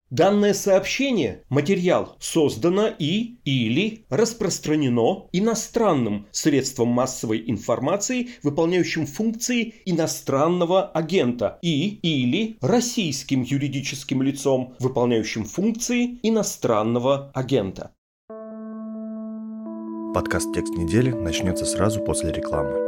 Данное сообщение, материал, создано или распространено иностранным средством массовой информации, выполняющим функции иностранного агента, или российским юридическим лицом, выполняющим функции иностранного агента. Подкаст «Текст недели» начнется сразу после рекламы.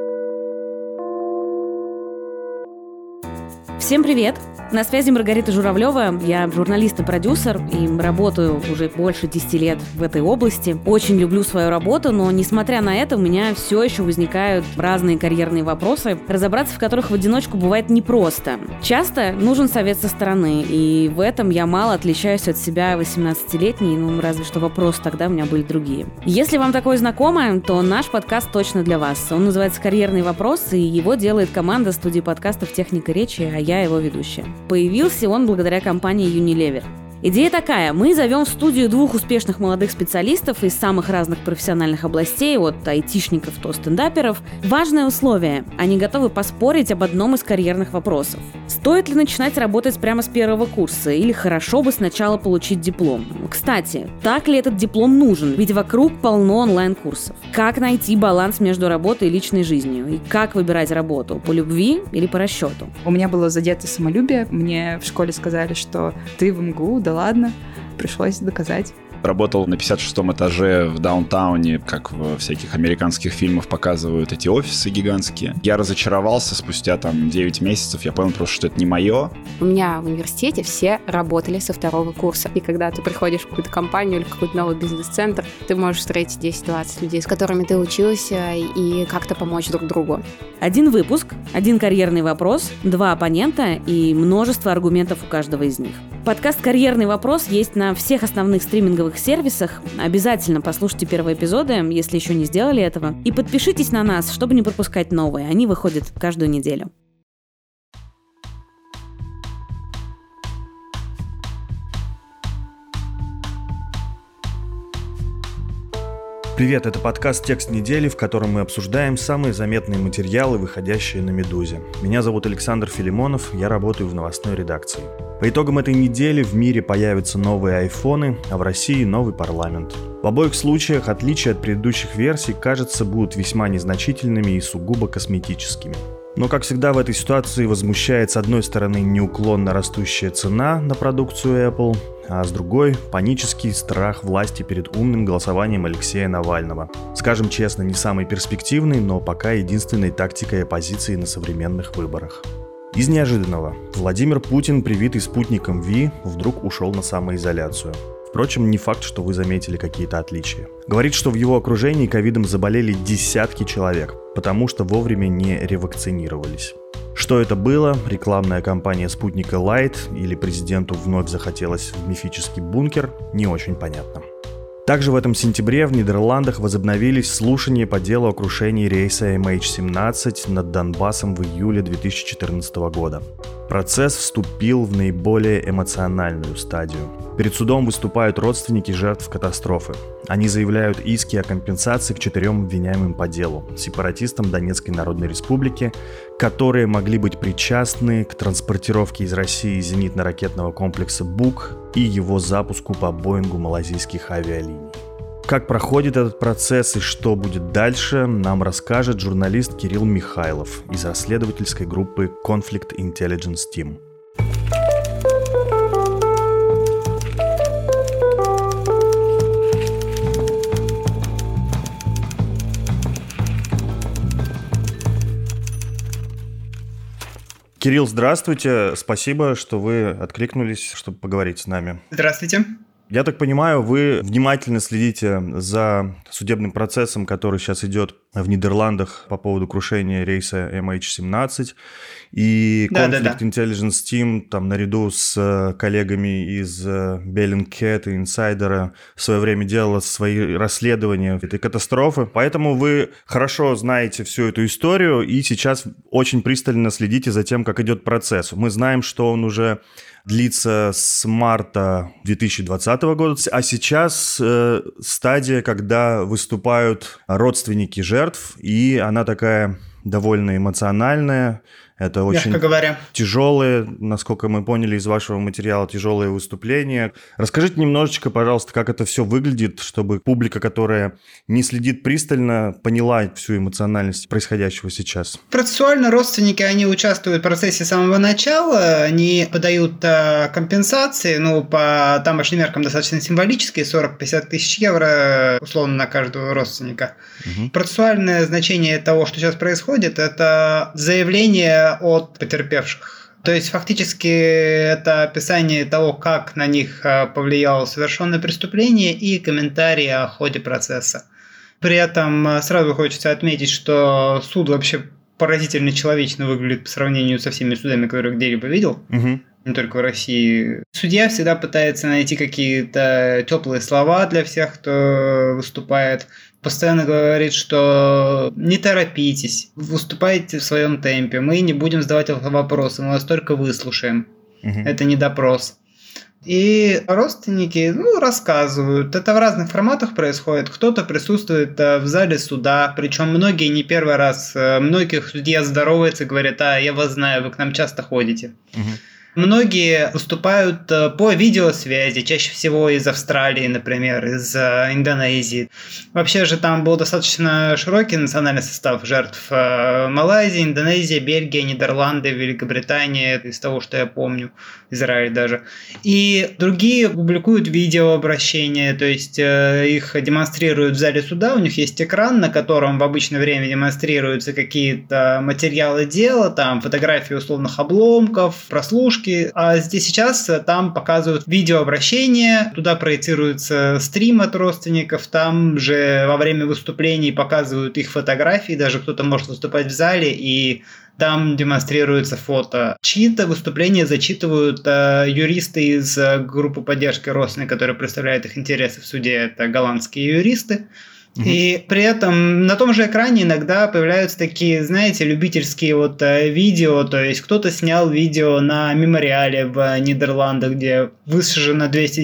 Всем привет! На связи Маргарита Журавлева. Я журналист и продюсер, и работаю уже больше 10 лет в этой области. Очень люблю свою работу, но, несмотря на это, у меня все еще возникают разные карьерные вопросы, разобраться в которых в одиночку бывает непросто. Часто нужен совет со стороны, и в этом я мало отличаюсь от себя 18-летней, разве что вопросы тогда у меня были другие. Если вам такое знакомо, то наш подкаст точно для вас. Он называется «Карьерный вопрос», и его делает команда студии подкастов «Техника речи», а я его ведущая. Появился он благодаря компании Unilever. Идея такая. Мы зовем в студию двух успешных молодых специалистов из самых разных профессиональных областей, от айтишников до стендаперов. Важное условие. Они готовы поспорить об одном из карьерных вопросов. Стоит ли начинать работать прямо с первого курса, или хорошо бы сначала получить диплом? Кстати, так ли этот диплом нужен? Ведь вокруг полно онлайн-курсов. Как найти баланс между работой и личной жизнью? И как выбирать работу? По любви или по расчету? У меня было задето самолюбие. Мне в школе сказали, что ты в МГУ, да ладно, пришлось доказать. Работал на 56-м этаже в даунтауне, как в всяких американских фильмах показывают эти офисы гигантские. Я разочаровался спустя 9 месяцев, я понял просто, что это не мое. У меня в университете все работали со второго курса. И когда ты приходишь в какую-то компанию или в какой-то новый бизнес-центр, ты можешь встретить 10-20 людей, с которыми ты учился, и как-то помочь друг другу. Один выпуск, один карьерный вопрос, 2 оппонента и множество аргументов у каждого из них. Подкаст «Карьерный вопрос» есть на всех основных стриминговых сервисах. Обязательно послушайте первые эпизоды, если еще не сделали этого. И подпишитесь на нас, чтобы не пропускать новые. Они выходят каждую неделю. Привет, это подкаст «Текст недели», в котором мы обсуждаем самые заметные материалы, выходящие на «Медузе». Меня зовут Александр Филимонов, я работаю в новостной редакции. По итогам этой недели в мире появятся новые айфоны, а в России новый парламент. В обоих случаях отличия от предыдущих версий, кажется, будут весьма незначительными и сугубо косметическими. Но, как всегда, в этой ситуации возмущает, с одной стороны, неуклонно растущая цена на продукцию Apple, а с другой – панический страх власти перед умным голосованием Алексея Навального. Скажем честно, не самой перспективной, но пока единственной тактикой оппозиции на современных выборах. Из неожиданного. Владимир Путин, привитый спутником Ви, вдруг ушел на самоизоляцию. Впрочем, не факт, что вы заметили какие-то отличия. Говорит, что в его окружении ковидом заболели десятки человек, потому что вовремя не ревакцинировались. Что это было? Рекламная кампания спутника Light или президенту вновь захотелось в мифический бункер? Не очень понятно. Также в этом сентябре в Нидерландах возобновились слушания по делу о крушении рейса MH17 над Донбассом в июле 2014 года. Процесс вступил в наиболее эмоциональную стадию. Перед судом выступают родственники жертв катастрофы. Они заявляют иски о компенсации к 4 обвиняемым по делу – сепаратистам Донецкой Народной Республики, которые могли быть причастны к транспортировке из России зенитно-ракетного комплекса «Бук» и его запуску по Боингу малайзийских авиалиний. Как проходит этот процесс и что будет дальше, нам расскажет журналист Кирилл Михайлов из расследовательской группы Conflict Intelligence Team. Кирилл, здравствуйте. Спасибо, что вы откликнулись, чтобы поговорить с нами. Здравствуйте. Я так понимаю, вы внимательно следите за судебным процессом, который сейчас идет в Нидерландах по поводу крушения рейса MH17. И Conflict Intelligence Team там наряду с коллегами из Bellingcat и Insider в свое время делала свои расследования этой катастрофы. Поэтому вы хорошо знаете всю эту историю и сейчас очень пристально следите за тем, как идет процесс. Мы знаем, что он уже длится с марта 2020 года, а сейчас стадия, когда выступают родственники жертв, и она такая довольно эмоциональная. Это очень мягко говоря. тяжелые, насколько мы поняли из вашего материала, тяжелые выступления. Расскажите немножечко, пожалуйста, как это все выглядит, чтобы публика, которая не следит пристально, поняла всю эмоциональность происходящего сейчас. Процессуально родственники, они участвуют в процессе с самого начала, они подают компенсации, по тамошним меркам достаточно символические, 40-50 тысяч евро, условно, на каждого родственника. Угу. Процессуальное значение того, что сейчас происходит, это заявление от потерпевших. То есть, фактически, это описание того, как на них повлияло совершенное преступление и комментарии о ходе процесса. При этом сразу хочется отметить, что суд вообще поразительно человечно выглядит по сравнению со всеми судами, которые где-либо видел. Угу. Не только в России. Судья всегда пытается найти какие-то теплые слова для всех, кто выступает. Постоянно говорит, что не торопитесь, выступайте в своем темпе, мы не будем задавать вопросы, мы вас только выслушаем. Это не допрос. И родственники рассказывают. Это в разных форматах происходит. Кто-то присутствует в зале суда, причем многие не первый раз. Многих судья здороваются и говорят: я вас знаю, вы к нам часто ходите. Многие выступают по видеосвязи, чаще всего из Австралии, например, из Индонезии. Вообще же там был достаточно широкий национальный состав жертв: Малайзия, Индонезия, Бельгия, Нидерланды, Великобритания, из того, что я помню, Израиль даже. И другие публикуют видеообращения, то есть их демонстрируют в зале суда, у них есть экран, на котором в обычное время демонстрируются какие-то материалы дела, там фотографии условных обломков, прослушки. А здесь сейчас там показывают видеообращение, туда проецируется стрим от родственников, там же во время выступлений показывают их фотографии, даже кто-то может выступать в зале, и там демонстрируется фото. Чьи-то выступления зачитывают юристы из группы поддержки родственников, которые представляют их интересы в суде, это голландские юристы. И при этом на том же экране иногда появляются такие, знаете, любительские видео, то есть кто-то снял видео на мемориале в Нидерландах, где высажено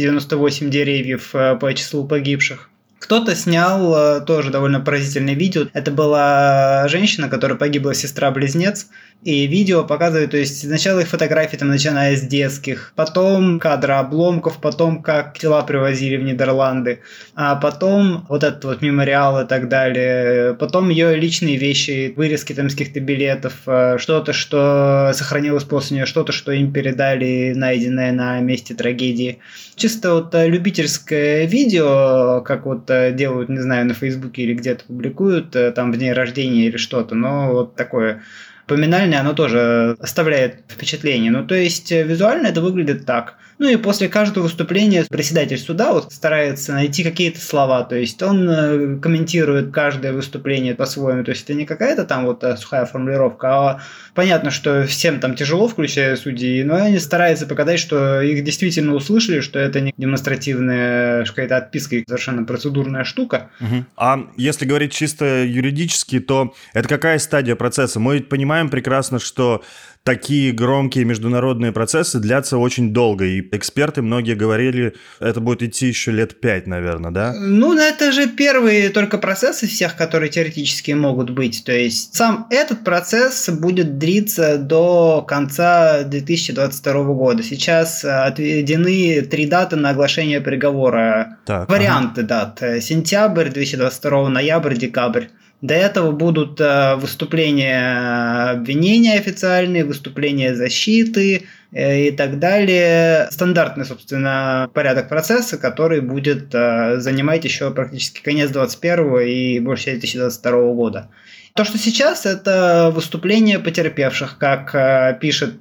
298 деревьев по числу погибших. Кто-то снял тоже довольно поразительное видео. Это была женщина, которая погибла, сестра-близнец. И видео показывает, то есть сначала их фотографии, начиная с детских, потом кадры обломков, потом как тела привозили в Нидерланды, а потом этот мемориал и так далее, потом ее личные вещи, вырезки с каких-то билетов, что-то, что сохранилось после нее, что-то, что им передали, найденное на месте трагедии. Чисто любительское видео, как делают, не знаю, на Фейсбуке или где-то публикуют, там в день рождения или что-то, но такое поминальное, оно тоже оставляет впечатление. То есть визуально это выглядит так. И после каждого выступления председатель суда старается найти какие-то слова, то есть он комментирует каждое выступление по-своему, то есть это не какая-то там сухая формулировка, а понятно, что всем там тяжело, включая судей, но они стараются показать, что их действительно услышали, что это не демонстративная какая-то отписка, совершенно процедурная штука. А если говорить чисто юридически, то это какая стадия процесса? Мы понимаем прекрасно, что такие громкие международные процессы длятся очень долго, и эксперты многие говорили, это будет идти еще лет 5, наверное, да? Это же первые только процессы всех, которые теоретически могут быть, то есть сам этот процесс будет длиться до конца 2022 года. Сейчас отведены 3 даты на оглашение приговора, варианты дат: сентябрь 2022, ноябрь, декабрь. До этого будут выступления обвинения официальные, выступления защиты и так далее. Стандартный, собственно, порядок процесса, который будет занимать еще практически конец 2021 и большая часть 2022 года. То, что сейчас, это выступление потерпевших, как пишет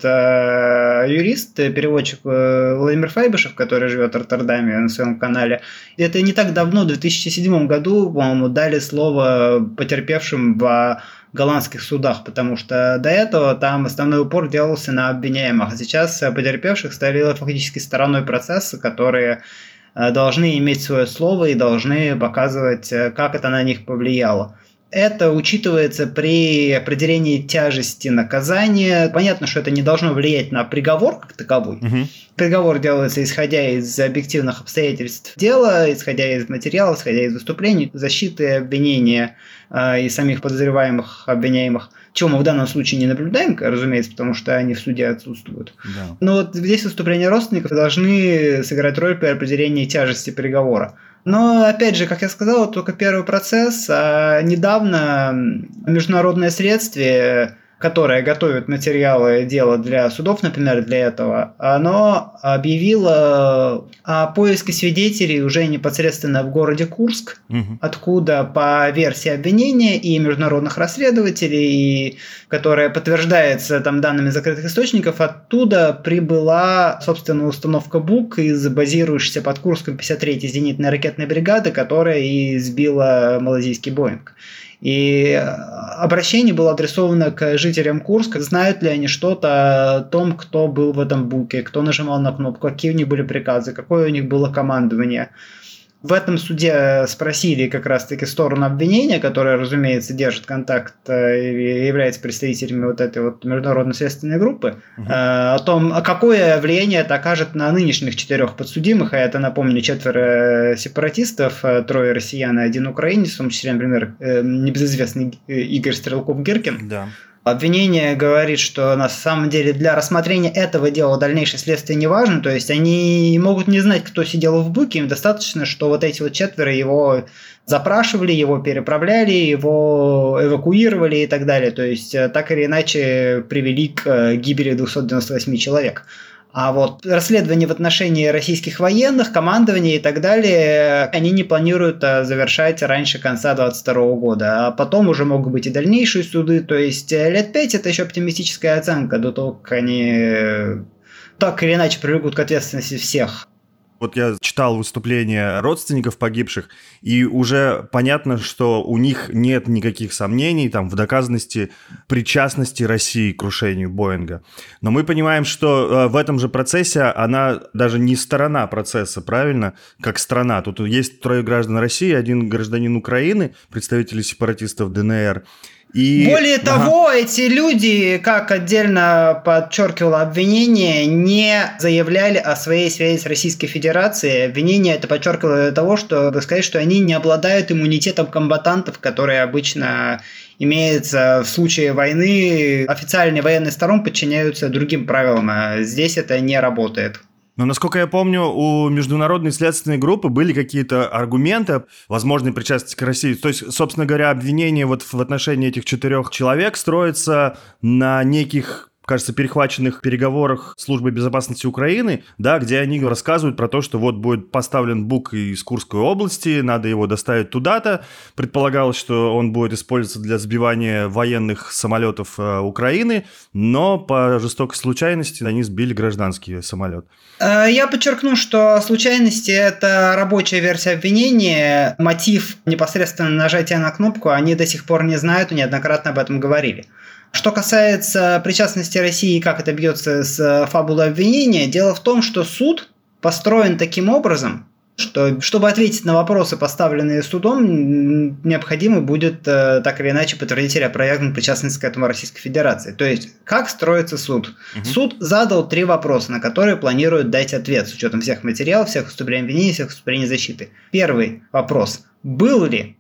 юрист, переводчик Владимир Файбышев, который живет в Роттердаме, на своем канале. Это не так давно, в 2007 году, по-моему, дали слово потерпевшим в голландских судах, потому что до этого там основной упор делался на обвиняемых, а сейчас потерпевших стали фактически стороной процесса, которые должны иметь свое слово и должны показывать, как это на них повлияло. Это учитывается при определении тяжести наказания. Понятно, что это не должно влиять на приговор как таковой. Приговор делается исходя из объективных обстоятельств дела, исходя из материалов, исходя из выступлений, защиты, обвинения и самих подозреваемых, обвиняемых. чего мы в данном случае не наблюдаем, разумеется, потому что они в суде отсутствуют. Да. Но вот здесь выступления родственников должны сыграть роль при определении тяжести приговора. Но, опять же, как я сказал, только первый процесс. А недавно международное следствие, которое готовит материалы дела для судов, например, для этого, оно объявило о поиске свидетелей уже непосредственно в городе Курск, откуда по версии обвинения и международных расследователей, которая подтверждается там данными закрытых источников, оттуда прибыла, собственно, установка БУК из базирующейся под Курском 53-й зенитной ракетной бригады, которая и сбила малазийский Боинг. И обращение было адресовано к жителям Курска. Знают ли они что-то о том, кто был в этом буке, кто нажимал на кнопку, какие у них были приказы, какое у них было командование. В этом суде спросили как раз-таки сторону обвинения, которая, разумеется, держит контакт и является представителями вот этой вот международной следственной группы, о том, какое влияние это окажет на нынешних 4 подсудимых, а это, напомню, 4 сепаратистов, 3 россиян и 1 украинец, в том числе, например, небезызвестный Игорь Стрелков-Гиркин. Да. Обвинение говорит, что на самом деле для рассмотрения этого дела дальнейшее следствие не важно, то есть они могут не знать, кто сидел в буке, им достаточно, что вот эти вот 4 его запрашивали, его переправляли, его эвакуировали и так далее, то есть так или иначе привели к гибели 298 человек. А вот расследование в отношении российских военных, командования и так далее, они не планируют завершать раньше конца 2022 года. А потом уже могут быть и дальнейшие суды. То есть лет 5 это еще оптимистическая оценка до того, как они так или иначе привлекут к ответственности всех. Вот я читал выступления родственников погибших, и уже понятно, что у них нет никаких сомнений там, в доказанности причастности России к крушению Боинга. Но мы понимаем, что в этом же процессе она даже не сторона процесса, правильно, как страна. Тут есть 3 граждан России, 1 гражданин Украины, представители сепаратистов ДНР. И... Более того, эти люди, как отдельно подчеркивало обвинение, не заявляли о своей связи с Российской Федерацией. Обвинение это подчеркивало для того, чтобы сказать, что они не обладают иммунитетом комбатантов, который обычно имеется в случае войны. Официальные военные стороны подчиняются другим правилам, а здесь это не работает. Но, насколько я помню, у международной следственной группы были какие-то аргументы возможной причастности к России. То есть, собственно говоря, обвинение вот в отношении этих 4 человек строится на неких, кажется, перехваченных переговорах Службы безопасности Украины, да, где они рассказывают про то, что вот будет поставлен БУК из Курской области, надо его доставить туда-то. Предполагалось, что он будет использоваться для сбивания военных самолетов Украины, но по жестокой случайности они сбили гражданский самолет. Я подчеркну, что случайности – это рабочая версия обвинения. Мотив непосредственно нажатия на кнопку они до сих пор не знают и неоднократно об этом говорили. Что касается причастности России и как это бьется с фабулой обвинения, дело в том, что суд построен таким образом, что, чтобы ответить на вопросы, поставленные судом, необходимо будет так или иначе подтвердить или опровергнуть причастность к этому Российской Федерации. То есть, как строится суд? Суд задал 3 вопроса, на которые планирует дать ответ с учетом всех материалов, всех выступлений обвинения, всех выступлений защиты. Первый вопрос. Был ли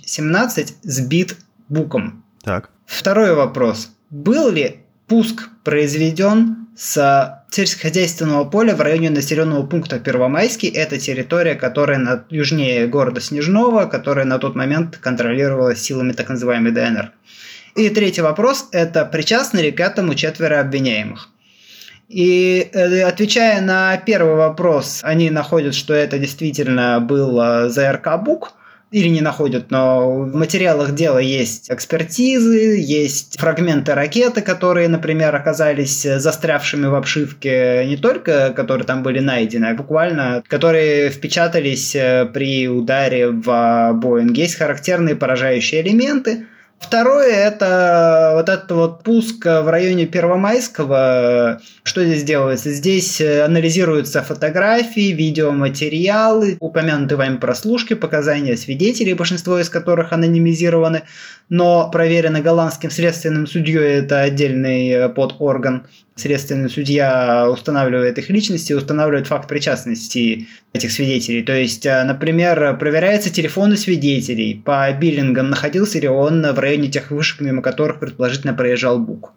MH17 сбит буком? Так. Второй вопрос. Был ли пуск произведен с сельскохозяйственного поля в районе населенного пункта Первомайский? Это территория, которая южнее города Снежного, которая на тот момент контролировалась силами так называемой ДНР. И третий вопрос – это причастны ли к этому 4 обвиняемых? И отвечая на первый вопрос, они находят, что это действительно был ЗРК БУК, или не находят, но в материалах дела есть экспертизы, есть фрагменты ракеты, которые, например, оказались застрявшими в обшивке, не только которые там были найдены, а буквально которые впечатались при ударе в Боинг. Есть характерные поражающие элементы. Второе – это вот этот вот пуск в районе Первомайского. Что здесь делается? Здесь анализируются фотографии, видеоматериалы, упомянутые вами прослушки, показания свидетелей, большинство из которых анонимизированы, но проверены голландским следственным судьей, это отдельный подорган. Следственный судья устанавливает их личности, устанавливает факт причастности этих свидетелей. То есть, например, проверяются телефоны свидетелей по биллингам, находился ли он в районе тех вышек, мимо которых предположительно проезжал Бук.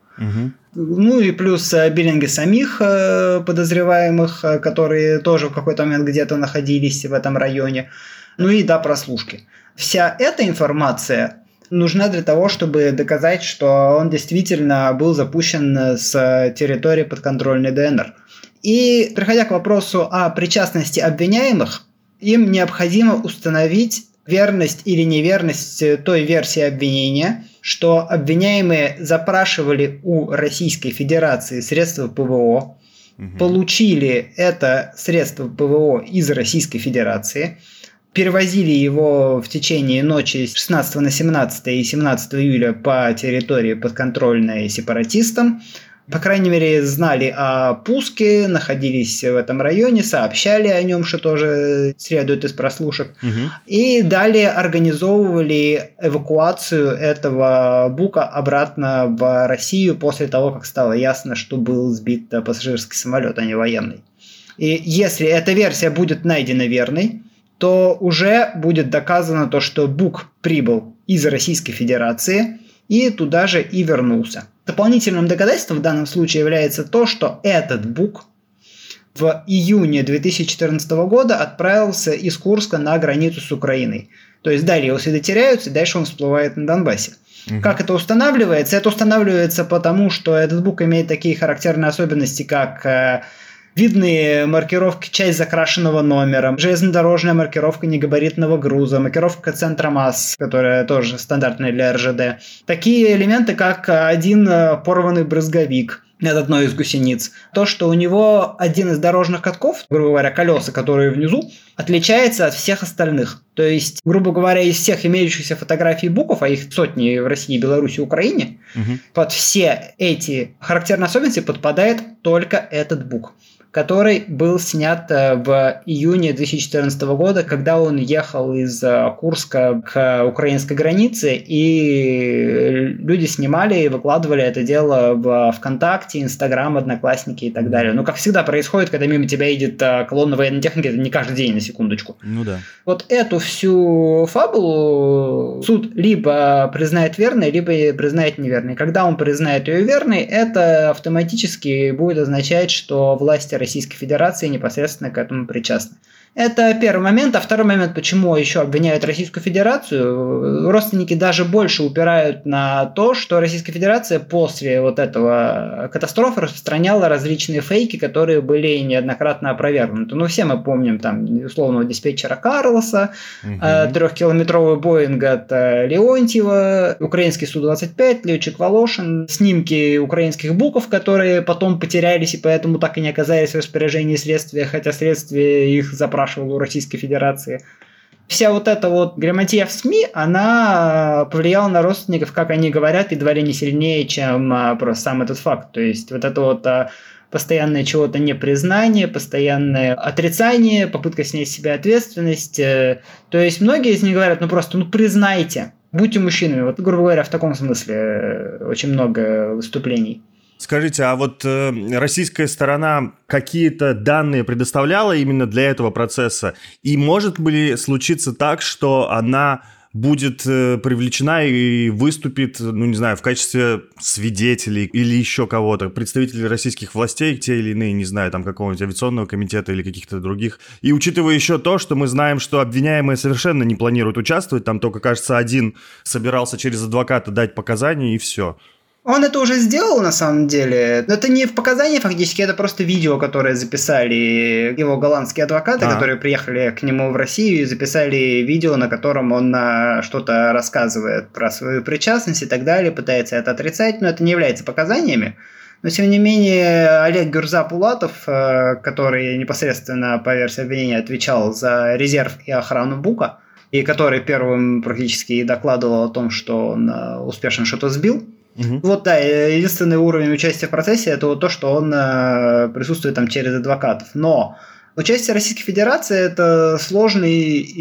Ну и плюс биллинги самих подозреваемых, которые тоже в какой-то момент где-то находились в этом районе. Ну и да, прослушки. Вся эта информация нужна для того, чтобы доказать, что он действительно был запущен с территории подконтрольной ДНР. И, приходя к вопросу о причастности обвиняемых, им необходимо установить верность или неверность той версии обвинения, что обвиняемые запрашивали у Российской Федерации средства ПВО, получили это средство ПВО из Российской Федерации, перевозили его в течение ночи с 16 на 17 и 17 июля по территории подконтрольной сепаратистам, по крайней мере, знали о пуске, находились в этом районе, сообщали о нем, что тоже следует из прослушек, и далее организовывали эвакуацию этого Бука обратно в Россию после того, как стало ясно, что был сбит пассажирский самолет, а не военный. И если эта версия будет найдена верной, то уже будет доказано то, что Бук прибыл из Российской Федерации и туда же и вернулся. Дополнительным доказательством в данном случае является то, что этот Бук в июне 2014 года отправился из Курска на границу с Украиной. То есть далее его следы теряются, и дальше он всплывает на Донбассе. Как это устанавливается? Это устанавливается потому, что этот Бук имеет такие характерные особенности, как видные маркировки «часть закрашенного номером», железнодорожная маркировка негабаритного груза, маркировка центра масс, которая тоже стандартная для РЖД. Такие элементы, как один порванный брызговик над одной из гусениц. То, что у него один из дорожных катков, грубо говоря, колеса, которые внизу, отличается от всех остальных. То есть, грубо говоря, из всех имеющихся фотографий Буков, а их сотни в России, Беларуси, Украине, под все эти характерные особенности подпадает только этот Бук, который был снят в июне 2014 года, когда он ехал из Курска к украинской границе, и люди снимали и выкладывали это дело в ВКонтакте, Инстаграм, Одноклассники и так далее. Ну, как всегда происходит, когда мимо тебя едет колонна военной техники, это не каждый день, на секундочку. Ну да. Вот эту всю фабулу суд либо признает верной, либо признает неверной. Когда он признает ее верной, это автоматически будет означать, что власти Российской Федерации непосредственно к этому причастны. Это первый момент. А второй момент, почему еще обвиняют Российскую Федерацию. Родственники даже больше упирают на то, что Российская Федерация после вот этого катастрофы распространяла различные фейки, которые были неоднократно опровергнуты. Ну, все мы помним там условного диспетчера Карлоса, 3-километровый Боинг от Леонтьева, украинский Су-25, летчик Волошин, снимки украинских Буков, которые потом потерялись и поэтому так и не оказались в распоряжении следствия, хотя следствие их запрашивало у Российской Федерации. Вся вот эта вот грамотея в СМИ, она повлияла на родственников, как они говорят, едва ли не сильнее, чем просто сам этот факт. То есть вот это вот постоянное чего-то непризнание, постоянное отрицание, попытка снять с себя ответственность. То есть многие из них говорят, просто признайте, будьте мужчинами. Вот, грубо говоря, в таком смысле очень много выступлений. Скажите, а вот российская сторона какие-то данные предоставляла именно для этого процесса? И может ли случиться так, что она будет привлечена и выступит, в качестве свидетелей или еще кого-то, представителей российских властей, те или иные, какого-нибудь авиационного комитета или каких-то других. И учитывая еще то, что мы знаем, что обвиняемые совершенно не планируют участвовать, там только, кажется, один собирался через адвоката дать показания и все. Он это уже сделал, на самом деле. Но это не в показании фактически, это просто видео, которое записали его голландские адвокаты, которые приехали к нему в Россию и записали видео, на котором он что-то рассказывает про свою причастность и так далее, пытается это отрицать, но это не является показаниями. Но, тем не менее, Олег Гюрза-Пулатов, который непосредственно по версии обвинения отвечал за резерв и охрану Бука, и который первым практически докладывал о том, что он успешно что-то сбил, вот да, единственный уровень участия в процессе это вот то, что он присутствует там через адвокатов. Но участие Российской Федерации это сложный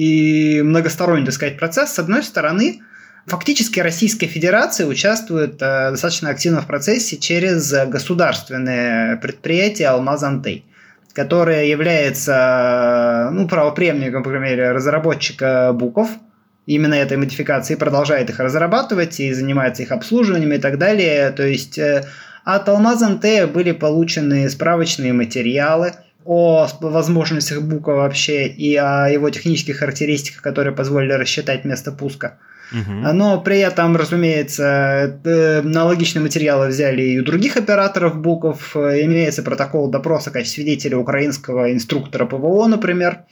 и многосторонний, так сказать, процесс. С одной стороны, фактически Российская Федерация участвует достаточно активно в процессе через государственное предприятие «Алмаз-Антей», которое является правопреемником, по крайней мере, разработчика Буков, именно этой модификации, продолжает их разрабатывать и занимается их обслуживанием и так далее. То есть от Алмаз Антея были получены справочные материалы о возможностях бука вообще и о его технических характеристиках, которые позволили рассчитать место пуска. Но при этом, разумеется, аналогичные материалы взяли и у других операторов буков. Имеется протокол допроса в качестве свидетеля украинского инструктора ПВО, например.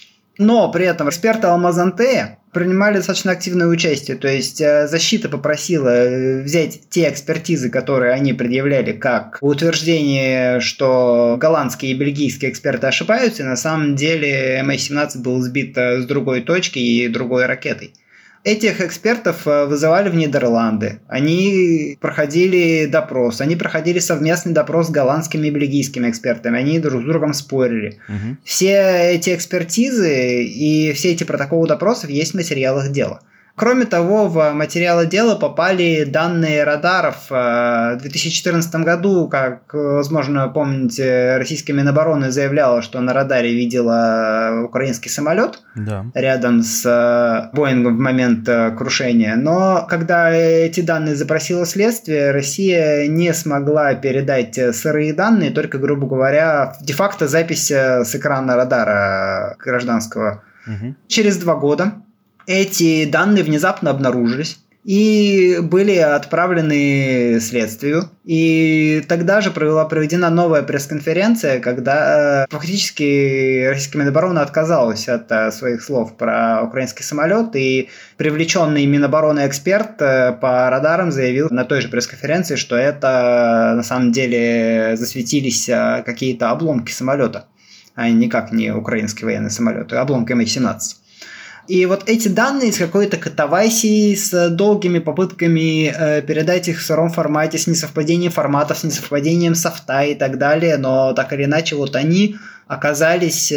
Но при этом эксперты Алмаз Антея принимали достаточно активное участие. То есть защита попросила взять те экспертизы, которые они предъявляли, как утверждение, что голландские и бельгийские эксперты ошибаются, и на самом деле MH17 был сбит с другой точки и другой ракетой. Этих экспертов вызывали в Нидерланды. Они проходили допрос. Они проходили совместный допрос с голландскими и бельгийскими экспертами. Они друг с другом спорили. Все эти экспертизы и все эти протоколы допросов есть в материалах дела. Кроме того, в материалы дела попали данные радаров. В 2014 году, как, возможно, помните, российская Минобороны заявляла, что на радаре видела украинский самолет рядом с Боингом в момент крушения. Но когда эти данные запросило следствие, Россия не смогла передать сырые данные, только, грубо говоря, де-факто запись с экрана радара гражданского. Через 2 года эти данные внезапно обнаружились и были отправлены следствию. И тогда же была проведена новая пресс-конференция, когда фактически российская Минобороны отказалась от своих слов про украинский самолет, и привлеченный Минобороны эксперт по радарам заявил на той же пресс-конференции, что это на самом деле засветились какие-то обломки самолета, а никак не украинский военный самолет, а обломки MH17. И вот эти данные с какой-то катавасией, с долгими попытками передать их в сыром формате, с несовпадением форматов, с несовпадением софта и так далее, но так или иначе вот они оказались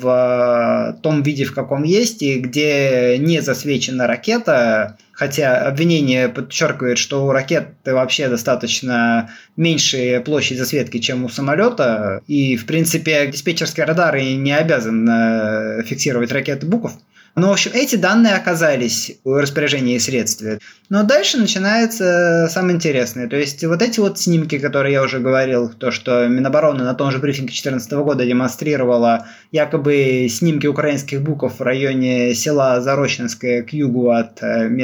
в том виде, в каком есть, и где не засвечена ракета, хотя обвинение подчеркивает, что у ракеты вообще достаточно меньшая площадь засветки, чем у самолета, и в принципе диспетчерский радар и не обязан фиксировать ракеты букв. Но, в общем, эти данные оказались в распоряжении следствия. Но дальше начинается самое интересное. То есть вот эти вот снимки, которые я уже говорил, то, что Минобороны на том же брифинге 2014 года демонстрировала якобы снимки украинских букв в районе села Зарочненское к югу от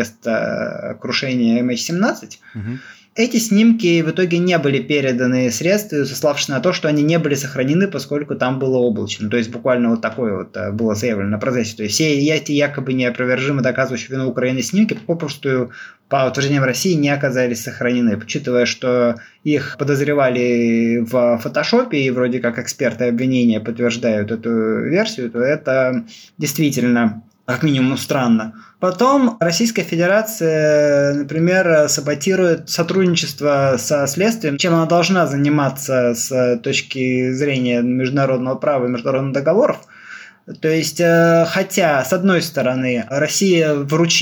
места крушения MH17, эти снимки в итоге не были переданы следствию, сославшись на то, что они не были сохранены, поскольку там было облачно. То есть буквально вот такое вот было заявлено на процессе. То есть все эти якобы неопровержимо доказывающие вину Украины снимки попросту по утверждениям России не оказались сохранены. Учитывая, что их подозревали в фотошопе и вроде как эксперты обвинения подтверждают эту версию, то это действительно как минимум странно. Потом Российская Федерация, например, саботирует сотрудничество со следствием, чем она должна заниматься с точки зрения международного права и международных договоров. То есть, хотя, с одной стороны, Россия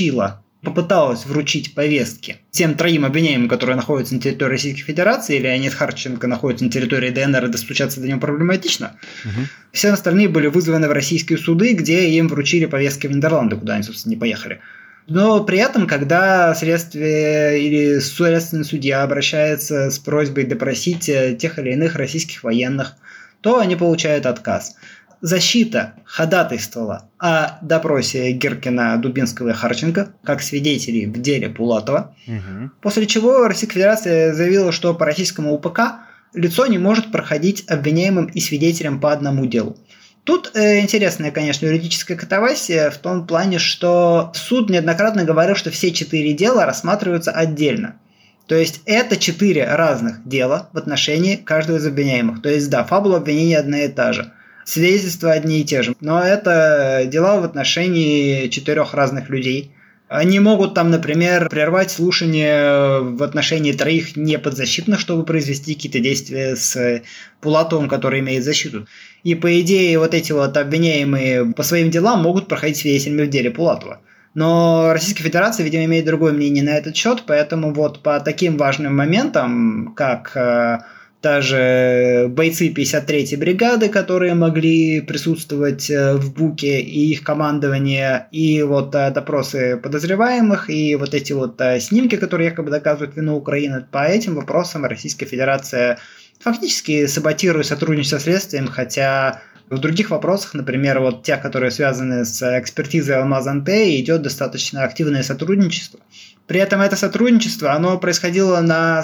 попыталась вручить повестки тем 3 обвиняемым, которые находятся на территории Российской Федерации, или Леонид Харченко находится на территории ДНР, и достучаться до него проблематично. Все остальные были вызваны в российские суды, где им вручили повестки в Нидерланды, куда они, собственно, не поехали. Но при этом, когда следствие или следственный судья обращается с просьбой допросить тех или иных российских военных, то они получают отказ. Защита ходатайствовала о допросе Гиркина, Дубинского и Харченко как свидетелей в деле Пулатова, после чего Российская Федерация заявила, что по российскому УПК лицо не может проходить обвиняемым и свидетелем по одному делу. Тут интересная, конечно, юридическая катавасия в том плане, что суд неоднократно говорил, что все 4 дела рассматриваются отдельно. То есть это 4 разных дела в отношении каждого из обвиняемых. То есть да, фабула обвинения одна и та же. Свидетельства одни и те же. Но это дела в отношении 4 разных людей. Они могут там, например, прервать слушание в отношении 3 неподзащитных, чтобы произвести какие-то действия с Пулатовым, который имеет защиту. И по идее вот эти вот обвиняемые по своим делам могут проходить свидетелями в деле Пулатова. Но Российская Федерация, видимо, имеет другое мнение на этот счет, поэтому вот по таким важным моментам, как даже бойцы 53-й бригады, которые могли присутствовать в БУКе, и их командование, и вот допросы подозреваемых, и вот эти вот снимки, которые якобы доказывают вину Украины. По этим вопросам Российская Федерация фактически саботирует сотрудничество с следствием, хотя в других вопросах, например, вот те, которые связаны с экспертизой Алмаз-НТ, идет достаточно активное сотрудничество. При этом это сотрудничество, оно происходило на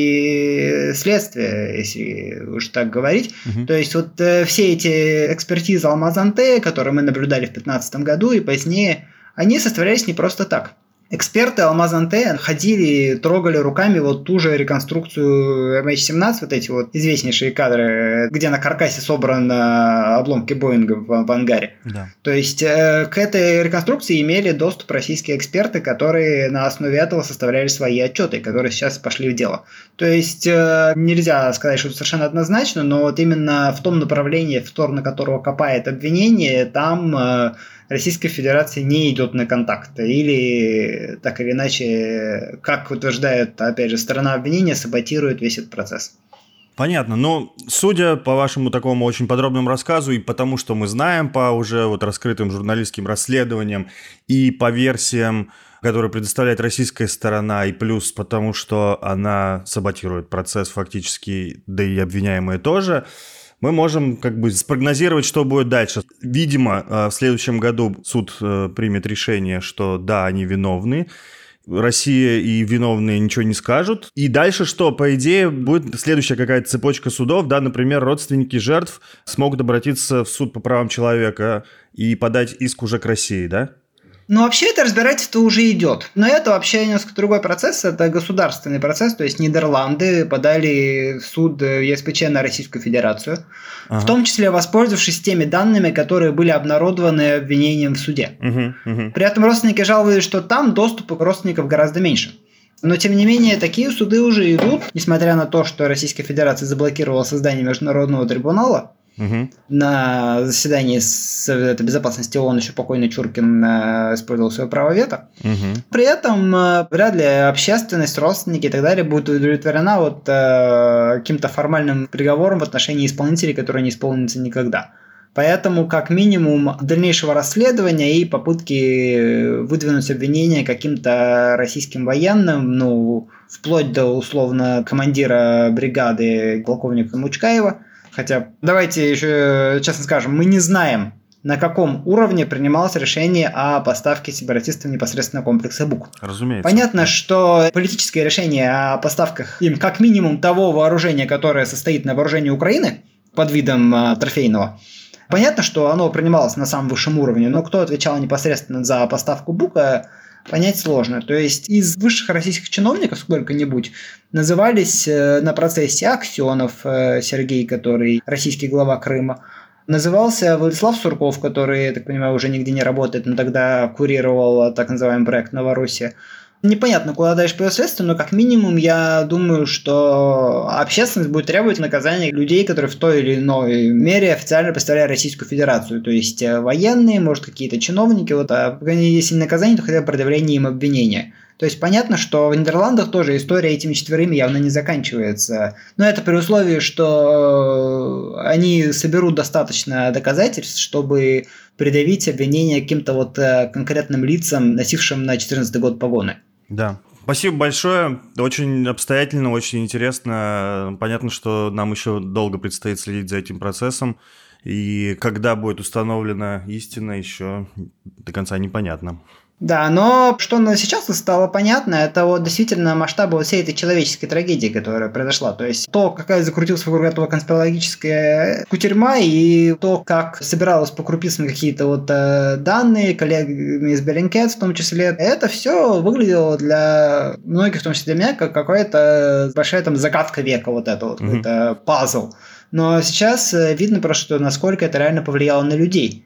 стадии следствия, если уж так говорить. То есть вот все эти экспертизы Алмаз-НТ, которые мы наблюдали в 2015 году и позднее, они составлялись не просто так. Эксперты Алмаз-НТ ходили, трогали руками вот ту же реконструкцию MH17, вот эти вот известнейшие кадры, где на каркасе собраны обломки Боинга в ангаре. Да. То есть к этой реконструкции имели доступ российские эксперты, которые на основе этого составляли свои отчеты, которые сейчас пошли в дело. То есть нельзя сказать, что это совершенно однозначно, но вот именно в том направлении, в сторону которого копает обвинение, там Российская Федерация не идет на контакт. Или, так или иначе, как утверждает, опять же, сторона обвинения, саботирует весь этот процесс. Понятно. Но судя по вашему такому очень подробному рассказу и потому, что мы знаем по уже вот раскрытым журналистским расследованиям и по версиям, которые предоставляет российская сторона, и плюс потому, что она саботирует процесс фактически, да и обвиняемые тоже, мы можем как бы спрогнозировать, что будет дальше. Видимо, в следующем году суд примет решение, что да, они виновны. Россия и виновные ничего не скажут. И дальше что? По идее, будет следующая какая-то цепочка судов. Да, например, родственники жертв смогут обратиться в суд по правам человека и подать иск уже к России, да? Ну, вообще это разбирательство уже идет. Но это вообще несколько другой процесс, это государственный процесс, то есть Нидерланды подали в суд ЕСПЧ на Российскую Федерацию, в том числе воспользовавшись теми данными, которые были обнародованы обвинением в суде. При этом родственники жаловались, что там доступа к родственникам гораздо меньше. Но, тем не менее, такие суды уже идут, несмотря на то, что Российская Федерация заблокировала создание Международного трибунала. На заседании Совета Безопасности ООН еще покойный Чуркин использовал свое право вето. При этом вряд ли общественность, родственники и так далее будут удовлетворена вот каким-то формальным приговором в отношении исполнителей, которые не исполнятся никогда. Поэтому, как минимум, дальнейшего расследования и попытки выдвинуть обвинения каким-то российским военным, ну, вплоть до, условно, командира бригады полковника Мучкаева. Хотя, давайте еще честно скажем, мы не знаем, на каком уровне принималось решение о поставке сепаратистов непосредственно комплекса БУК. Разумеется. Понятно, что политическое решение о поставках им как минимум того вооружения, которое состоит на вооружении Украины под видом трофейного, понятно, что оно принималось на самом высшем уровне, но кто отвечал непосредственно за поставку БУКа, понять сложно. То есть из высших российских чиновников сколько-нибудь назывались на процессе Аксенов Сергей, который российский глава Крыма, назывался Владислав Сурков, который, я так понимаю, уже нигде не работает, но тогда курировал так называемый проект «Новороссия». Непонятно, куда дальше пойдет следствие, но как минимум я думаю, что общественность будет требовать наказания людей, которые в той или иной мере официально представляют Российскую Федерацию. То есть военные, может, какие-то чиновники. Вот, если не наказание, то хотя бы предъявление им обвинения. То есть понятно, что в Нидерландах тоже история этими четверыми явно не заканчивается. Но это при условии, что они соберут достаточно доказательств, чтобы предъявить обвинение каким-то вот конкретным лицам, носившим на 2014 год погоны. Да. Спасибо большое. Очень обстоятельно, очень интересно. Понятно, что нам еще долго предстоит следить за этим процессом. И когда будет установлена истина, еще до конца непонятно. Да, но что сейчас стало понятно, это вот действительно масштаб всей этой человеческой трагедии, которая произошла. То есть то, какая закрутилась вокруг этого конспирологическая кутерьма, и то, как собиралось по крупицам какие-то вот данные коллегами из Bellingcat в том числе, это все выглядело для многих, в том числе для меня, как какая-то большая там загадка века, вот это вот, какой-то пазл. Но сейчас видно просто, насколько это реально повлияло на людей.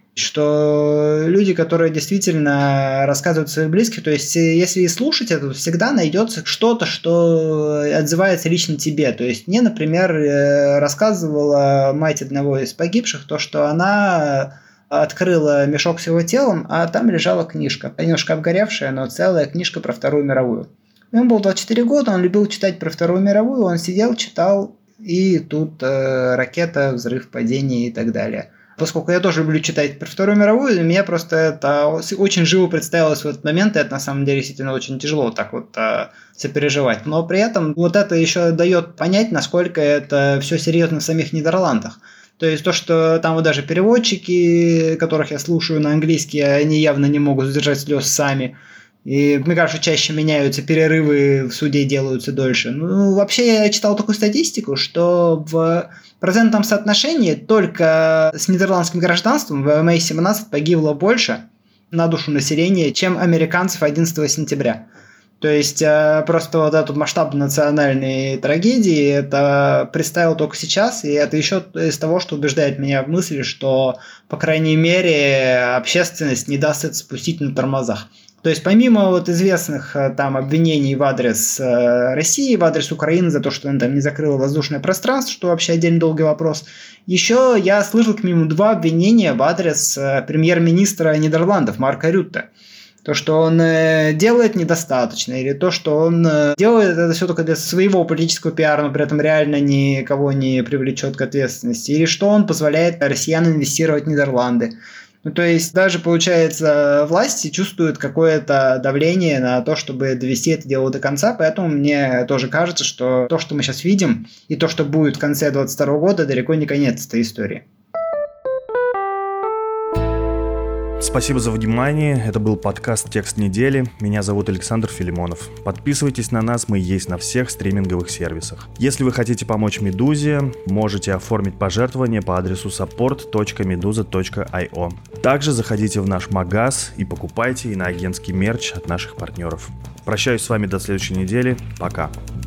Что люди, которые действительно рассказывают своих близких, то есть если слушать это, всегда найдется что-то, что отзывается лично тебе. То есть мне, например, рассказывала мать одного из погибших, то, что она открыла мешок с его телом, а там лежала книжка. Немножко обгоревшая, но целая книжка про Вторую мировую. Ему было 24 года, он любил читать про Вторую мировую, он сидел, читал, и тут ракета, взрыв, падение и так далее. Поскольку я тоже люблю читать про Вторую мировую, для меня просто это очень живо представилось в этот момент, и это на самом деле действительно очень тяжело так вот сопереживать. Но при этом вот это еще дает понять, насколько это все серьезно в самих Нидерландах. То есть то, что там вот даже переводчики, которых я слушаю на английский, они явно не могут сдержать слез сами. И, мне кажется, чаще меняются перерывы, в суде делаются дольше. Ну, вообще, я читал такую статистику, что в процентном соотношении только с нидерландским гражданством в MI-17 погибло больше на душу населения, чем американцев 11 сентября. То есть просто вот этот масштаб национальной трагедии это представил только сейчас, и это еще из того, что убеждает меня в мысли, что, по крайней мере, общественность не даст это спустить на тормозах. То есть помимо вот известных там обвинений в адрес России, в адрес Украины за то, что она там не закрыла воздушное пространство, что вообще отдельно долгий вопрос, еще я слышал как минимум 2 обвинения в адрес премьер-министра Нидерландов Марка Рютте. То, что он делает недостаточно, или то, что он делает это все только для своего политического пиара, но при этом реально никого не привлечет к ответственности, или что он позволяет россиянам инвестировать в Нидерланды. Ну, то есть даже, получается, власти чувствуют какое-то давление на то, чтобы довести это дело до конца, поэтому мне тоже кажется, что то, что мы сейчас видим, и то, что будет в конце 2022 года, далеко не конец этой истории. Спасибо за внимание. Это был подкаст «Текст недели». Меня зовут Александр Филимонов. Подписывайтесь на нас, мы есть на всех стриминговых сервисах. Если вы хотите помочь «Медузе», можете оформить пожертвование по адресу support.meduza.io. Также заходите в наш магаз и покупайте иноагентский мерч от наших партнеров. Прощаюсь с вами до следующей недели. Пока.